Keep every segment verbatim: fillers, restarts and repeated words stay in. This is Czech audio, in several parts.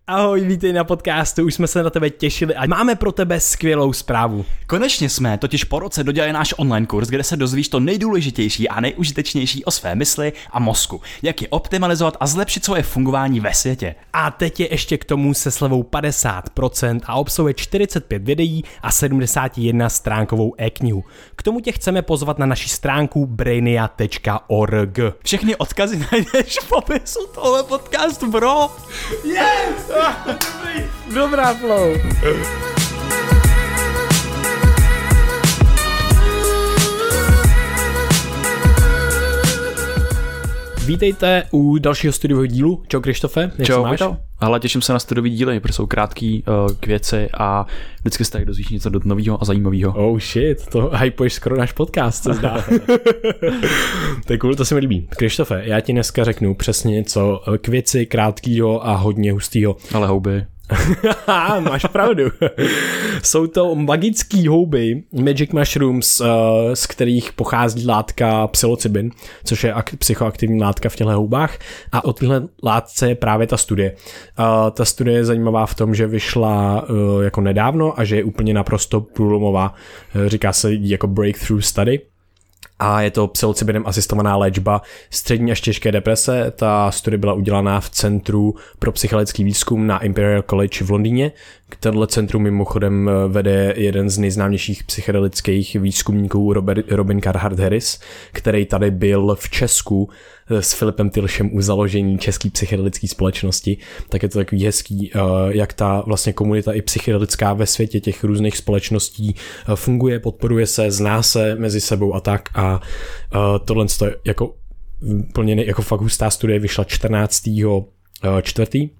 Ahoj, vítej na podcastu, už jsme se na tebe těšili a máme pro tebe skvělou zprávu. Konečně jsme totiž po roce dodělali náš online kurz, kde se dozvíš to nejdůležitější a nejužitečnější o své mysli a mozku, jak je optimalizovat a zlepšit svoje fungování ve světě. A teď je ještě k tomu se slevou padesát procent a obsahuje čtyřicet pět videí a sedmdesát jedna stránkovou e-knihu. K tomu tě chceme pozvat na naši stránku brainia tečka org. Všechny odkazy najdeš v popisu tohle podcastu, bro. Yes! Dobrý. Dobrá flow. Vítejte u dalšího studiového dílu. Čau Krištofe, jak Čau, se máš? Ale těším se na studiový díly, protože jsou krátký uh, k věci a vždycky se tady dozvíš něco nového a zajímavého. Oh shit, to hypuješ skoro náš podcast, co zdá. To je cool, to se mi líbí. Krištofe, já ti dneska řeknu přesně něco k věci krátkýho a hodně hustýho. Ale houby. Máš pravdu. Jsou to magický houby, magic mushrooms, z kterých pochází látka psilocybin, což je psychoaktivní látka v těchto houbách, a o téhle látce je právě ta studie. Ta studie je zajímavá v tom, že vyšla jako nedávno a že je úplně naprosto průlomová. Říká se jako breakthrough study. A je to psilocybinem asistovaná léčba střední až těžké deprese. Ta studie byla udělaná v Centru pro psychologický výzkum na Imperial College v Londýně. Tenhle centrum mimochodem vede jeden z nejznámějších psychedelických výzkumníků Robert, Robin Carhart Harris, který tady byl v Česku s Filipem Tilšem u založení české psychedelické společnosti. Tak je to takový hezký, jak ta vlastně komunita i psychedelická ve světě těch různých společností funguje, podporuje se, zná se mezi sebou a tak. A tohle je jako plně jako fakt hustá studie, vyšla čtrnáctého čtvrtého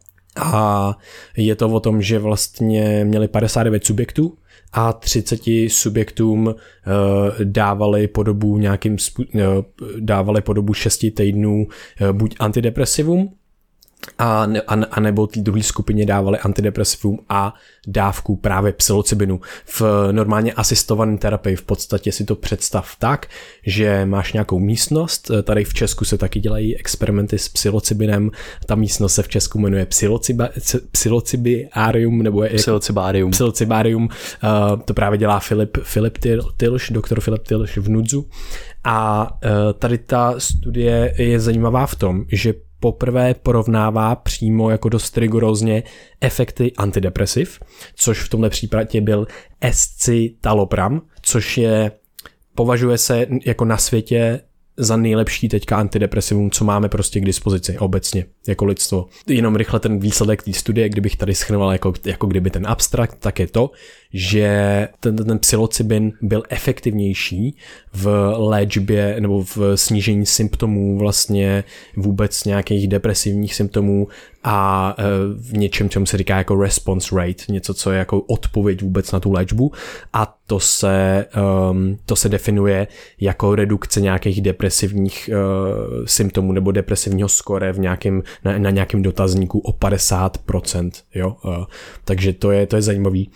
A je to o tom, že vlastně měli padesát devět subjektů a třicet subjektům uh, dávali po dobu nějakým uh, dávali po dobu šesti týdnů uh, buď antidepresivum, a, ne, a, a nebo té druhé skupině dávali antidepresivum a dávku právě psilocybinu. V normálně asistované terapii v podstatě si to představ tak, že máš nějakou místnost, tady v Česku se taky dělají experimenty s psilocybinem, ta místnost se v Česku jmenuje psilocybarium, nebo je psilocybarium. Psilocybarium, uh, to právě dělá Filip, Filip Tilš, doktor Filip Tilš v Nudzu. A uh, tady ta studie je zajímavá v tom, že poprvé porovnává přímo jako dost rigorózně efekty antidepresiv, což v tomhle případě byl escitalopram, což je, považuje se jako na světě za nejlepší teďka antidepresivum, co máme prostě k dispozici obecně jako lidstvo. Jenom rychle ten výsledek té studie, kdybych tady shrnoval jako, jako kdyby ten abstrakt, tak je to, že ten, ten psilocybin byl efektivnější v léčbě nebo v snížení symptomů vlastně vůbec nějakých depresivních symptomů a v něčem, čemu se říká jako response rate, něco, co je jako odpověď vůbec na tu léčbu, a to se, um, to se definuje jako redukce nějakých depresivních uh, symptomů nebo depresivního skore v nějakém, na, na nějakém dotazníku o padesát procent, jo, uh, takže to je, to je zajímavý.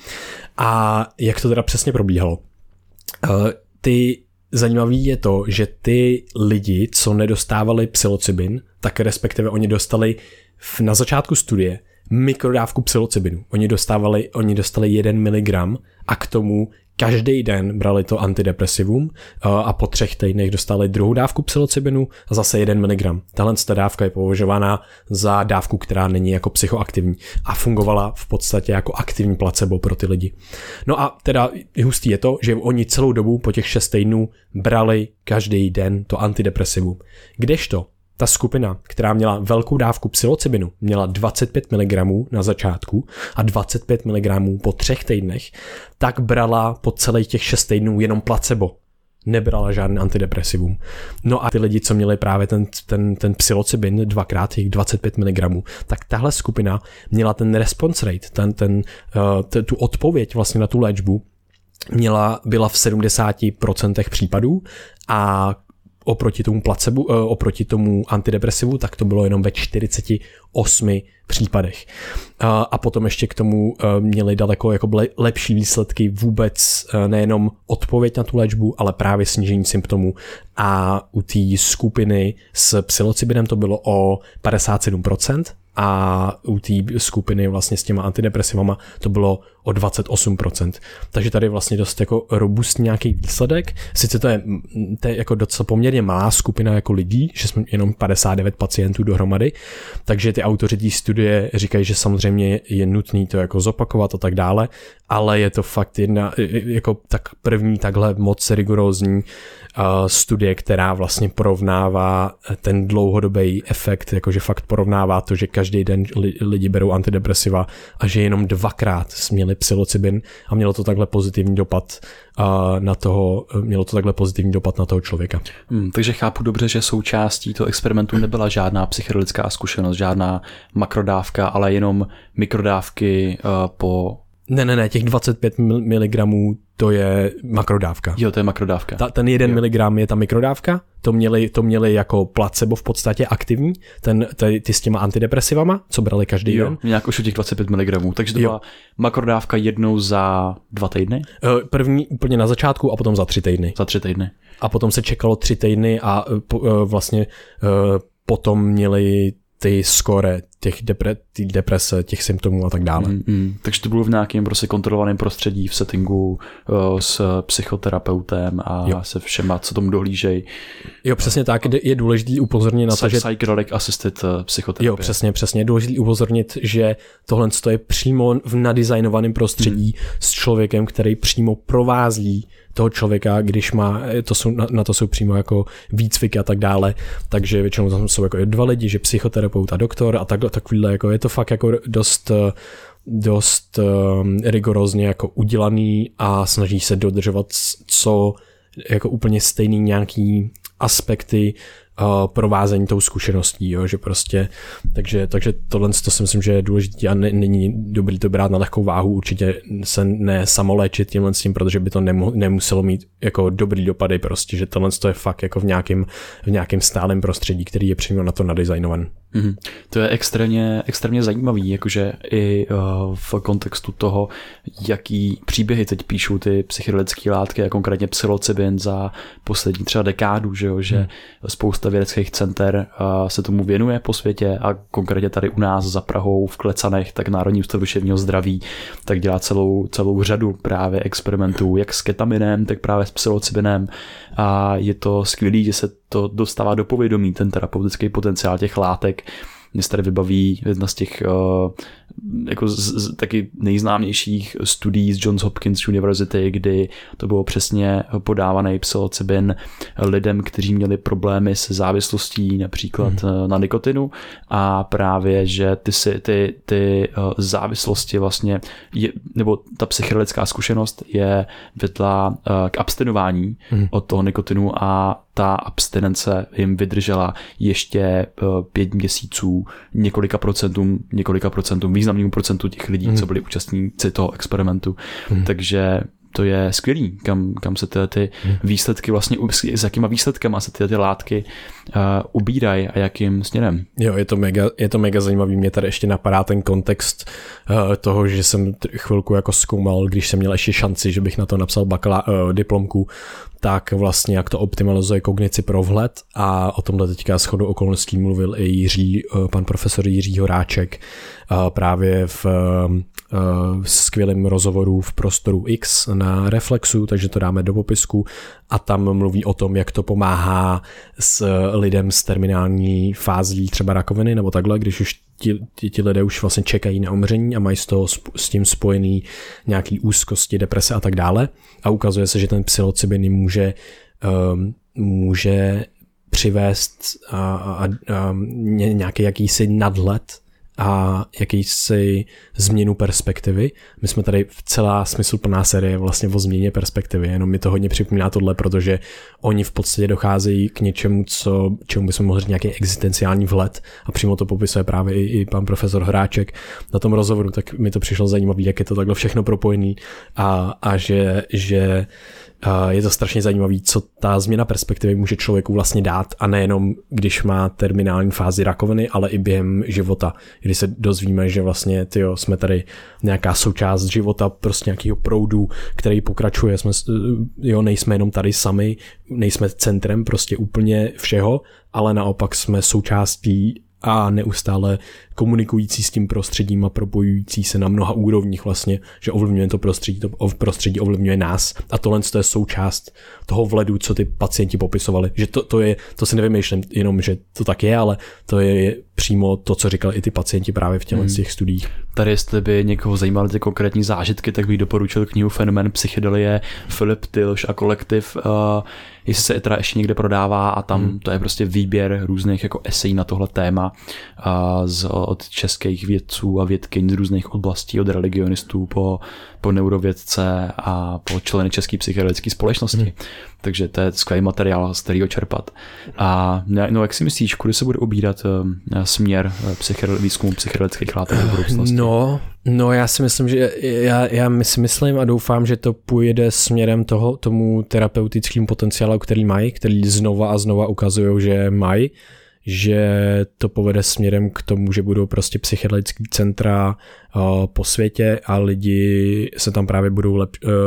A jak to teda přesně probíhalo? Uh, ty zajímavý je to, že ty lidi, co nedostávali psilocybin, tak respektive oni dostali v, na začátku studie mikrodávku psilocybinu. Oni dostávali, oni dostali jeden miligram a k tomu každý den brali to antidepresivum a po třech týdnech dostali druhou dávku psilocybinu a zase jeden miligram. Tahle dávka je považována za dávku, která není jako psychoaktivní a fungovala v podstatě jako aktivní placebo pro ty lidi. No a teda hustý je to, že oni celou dobu po těch šest týdnů brali každý den to antidepresivum. Kdežto ta skupina, která měla velkou dávku psilocybinu, měla dvacet pět miligramů na začátku a dvacet pět miligramů po třech týdnech, tak brala po celých těch šest týdnů jenom placebo. Nebrala žádný antidepresivum. No a ty lidi, co měli právě ten, ten, ten psilocybin, dvakrát těch dvacet pět miligramů, tak tahle skupina měla ten response rate, ten, ten, uh, t, tu odpověď vlastně na tu léčbu, měla, byla v sedmdesát procent případů a oproti tomu placebo, oproti tomu antidepresivu, tak to bylo jenom ve čtyřicet osmi případech. A potom ještě k tomu měli daleko jako lepší výsledky vůbec nejenom odpověď na tu léčbu, ale právě snížení symptomů. A u té skupiny s psilocybinem to bylo o padesát sedm procent a u té skupiny vlastně s těma antidepresivama to bylo o dvacet osm procent. Takže tady je vlastně dost jako robustní nějaký výsledek. Sice to je, to je jako docela poměrně malá skupina jako lidí, že jsme jenom padesát devět pacientů dohromady, takže ty autoři té studie říkají, že samozřejmě je nutný to jako zopakovat a tak dále, ale je to fakt jedna jako tak první takhle moc rigorózní uh, studie, která vlastně porovnává ten dlouhodobý efekt, jakože fakt porovnává to, že každý den lidi berou antidepresiva a že jenom dvakrát měli psilocybin a mělo to takhle pozitivní dopad uh, na toho, mělo to takhle pozitivní dopad na toho člověka. Hmm, takže chápu dobře, že součástí toho experimentu nebyla žádná psychedelická zkušenost, žádná makrodávka, ale jenom mikrodávky uh, po... Ne, ne, ne, těch dvacet pět miligramů to je makrodávka. Jo, to je makrodávka. Ta, ten jeden jo. miligram je ta mikrodávka, to měli, to měli jako placebo v podstatě aktivní, ten, ty, ty s těma antidepresivama, co brali každý jo, den. Nějak už těch dvacet pět miligramů, takže to jo. byla makrodávka jednou za dva týdny? První úplně na začátku a potom za tři týdny. Za tři týdny. A potom se čekalo tři týdny a vlastně potom měli ty skóre těch depre, ty deprese, těch symptomů a tak dále. Mm, mm. Takže to bylo v nějakém prostě kontrolovaném prostředí, v settingu uh, s psychoterapeutem a jo. se všema, co tomu dohlížej. Jo, přesně tak, je důležité upozornit na to, že... Psychedelic assisted psychoterapie. Jo, přesně, přesně. Je důležité upozornit, že tohle je přímo v nadizajnovaném prostředí mm. s člověkem, který přímo provází toho člověka, když má, to jsou, na, na to jsou přímo jako výcviky a tak dále, takže většinou tam jsou jako dva lidi, že psychoterapeut a doktor a tak, takovýhle, jako je to fakt jako dost, dost um, rigorózně jako udělaný a snaží se dodržovat co jako úplně stejný nějaký aspekty uh, provázení tou zkušeností, jo, že prostě, takže, takže tohle to si myslím, že je důležité a ne, není dobrý to brát na lehkou váhu, určitě se ne samoléčit tímhle s tím, protože by to nemu, nemuselo mít jako dobrý dopady prostě, že tohle to je fakt jako v nějakém, v nějakém stálem prostředí, který je přímo na to nadizajnovan. Mm-hmm. To je extrémně, extrémně zajímavý, jakože i uh, v kontextu toho, jaký příběhy teď píšou ty psychedelické látky a konkrétně psilocybin za poslední třeba dekádu, že, jo? že mm. spousta vědeckých center uh, se tomu věnuje po světě a konkrétně tady u nás za Prahou v Klecanech, tak Národní ústav duševního zdraví, tak dělá celou, celou řadu právě experimentů, jak s ketaminem, tak právě s psilocybinem a je to skvělý, že se to dostává do povědomí, ten terapeutický potenciál těch látek. Mě se tady vybaví jedna z těch uh, jako z, z, taky nejznámějších studií z Johns Hopkins University, kdy to bylo přesně podávaný psilocybin lidem, kteří měli problémy se závislostí například hmm. na nikotinu a právě, že ty, si, ty, ty uh, závislosti vlastně, je, nebo ta psychedelická zkušenost je vedla uh, k abstinování hmm. od toho nikotinu a ta abstinence jim vydržela ještě uh, pět měsíců několika procentům, několika procentům, významnému procentu těch lidí, mm. co byli účastníci toho experimentu. Mm. Takže to je skvělý, kam, kam se tyhle ty mm. výsledky vlastně, s jakýma výsledkama se tyhle ty látky uh, ubírají a jakým směrem. Jo, je to mega, je to mega zajímavý. Mě tady ještě napadá ten kontext uh, toho, že jsem chvilku jako zkoumal, když jsem měl ještě šanci, že bych na to napsal bakala, uh, diplomku, tak vlastně jak to optimalizuje kognici pro vhled a o tomhle teďka shodou okolností mluvil i Jiří, pan profesor Jiří Horáček právě v skvělém rozhovoru v Prostoru X na Reflexu, takže to dáme do popisku a tam mluví o tom, jak to pomáhá s lidem s terminální fází třeba rakoviny nebo takhle, když už ti, ti, ti lidé už vlastně čekají na umření a mají s, toho, s tím spojený nějaký úzkosti, deprese a tak dále a ukazuje se, že ten psilocybin jim může, um, může přivést a, a, a nějaký jakýsi nadhled a jakýsi změnu perspektivy. My jsme tady v celá smysluplná série vlastně o změně perspektivy, jenom mi to hodně připomíná tohle, protože oni v podstatě docházejí k něčemu, co, čemu bychom mohli říct nějaký existenciální vhled a přímo to popisuje právě i, i pan profesor Horáček na tom rozhovoru, tak mi to přišlo zajímavé, jak je to takhle všechno propojený a, a že, že je to strašně zajímavé, co ta změna perspektivy může člověku vlastně dát a nejenom když má terminální fázi rakoviny, ale i během života. Když se dozvíme, že vlastně tyjo, jsme tady nějaká součást života, prostě nějakého proudu, který pokračuje, jsme, jo, nejsme jenom tady sami, nejsme centrem prostě úplně všeho, ale naopak jsme součástí a neustále komunikující s tím prostředím a propojující se na mnoha úrovních vlastně, že ovlivňuje to prostředí, to prostředí ovlivňuje nás a tohle to je součást toho vledu, co ty pacienti popisovali, že to, to je, to si nevymýšlím jenom, že to tak je, ale to je přímo to, co říkali i ty pacienti právě v těchto hmm. těch studiích. Tady jestli by někoho zajímaly ty konkrétní zážitky, tak bych doporučil knihu Fenomén psychedelie, Philip Tilsch a kolektiv, uh, jestli se teda ještě někde prodává a tam hmm. to je prostě výběr různých jako esejí na tohle téma uh, z, od českých vědců a vědkyň z různých oblastí, od religionistů po, po neurovědce a po členy České psychedelické společnosti. Hmm. Takže to je skvělý materiál, z kterého čerpat. A no, jak si myslíš, kudy se bude ubírat uh, směr psychedel, výzkumu psychedelických látek do budoucnosti? No, no já si myslím, že já, já si myslím a doufám, že to půjde směrem toho, tomu terapeutickému potenciálu, který mají, který znova a znova ukazují, že mají, že to povede směrem k tomu, že budou prostě psychedelické centra uh, po světě a lidi se tam právě budou lep, uh,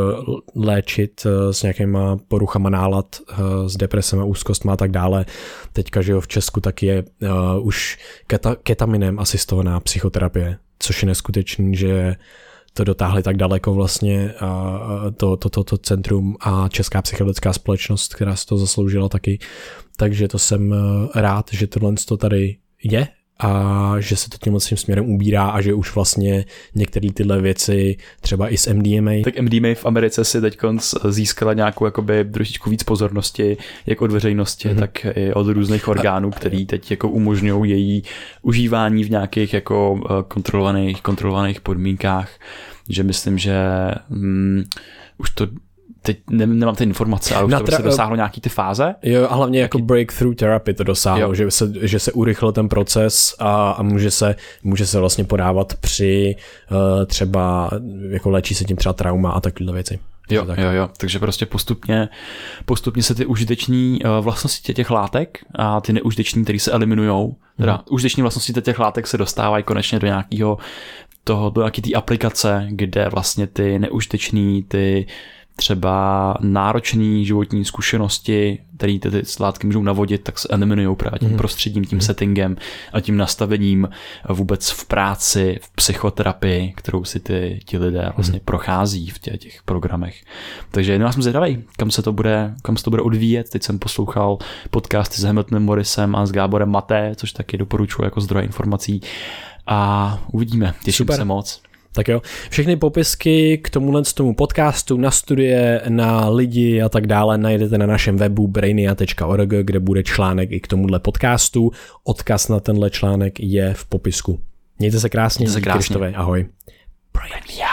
léčit uh, s nějakýma poruchama nálad, uh, s depresema, úzkostma a tak dále. Teďka, že jo, v Česku taky je uh, už keta, ketaminem asistovaná psychoterapie, což je neskutečný, že to dotáhli tak daleko vlastně uh, to, to, to, to centrum a Česká psychedelická společnost, která si to zasloužila taky. Takže to jsem rád, že tohle to tady je a že se to tímhle tím směrem ubírá a že už vlastně některé tyhle věci třeba i s M D M A. Tak M D M A v Americe si teď získala nějakou jakoby trošičku víc pozornosti, jak od veřejnosti, mm-hmm. tak i od různých orgánů, který teď jako umožňují její užívání v nějakých jako kontrolovaných, kontrolovaných podmínkách, že myslím, že hm, už to teď nemám ty informace, ale už to tra- prostě dosáhlo nějaký ty fáze. Jo, a hlavně jako breakthrough therapy to dosáhlo, že se, že se urychlil ten proces a, a může, se, může se vlastně podávat při uh, třeba, jako léčí se tím třeba trauma a takovéhle věci. Jo, tak. jo, jo, takže prostě postupně, postupně se ty užiteční uh, vlastnosti těch látek a ty neužiteční, které se eliminujou, teda hmm. užiteční vlastnosti těch látek se dostávají konečně do nějakého toho, do nějaký té aplikace, kde vlastně ty neužitečný, ty třeba náročné životní zkušenosti, které ty látky můžou navodit, tak se eliminují právě tím prostředím, tím settingem a tím nastavením vůbec v práci, v psychoterapii, kterou si ty, ti lidé vlastně prochází v těch, těch programech. Takže já jsem zvědavý, kam se to bude, kam se to bude odvíjet. Teď jsem poslouchal podcasty s Hamiltonem Morrisem a s Gáborem Maté, což taky doporučuji jako zdroj informací. A uvidíme, těším Super. se moc. Tak jo, všechny popisky k tomuhle tomu podcastu, na studie, na lidi a tak dále najdete na našem webu brainia tečka org, kde bude článek i k tomuhle podcastu. Odkaz na tenhle článek je v popisku. Mějte se krásně, Mějte se krásně. Krištové, ahoj. Brainia.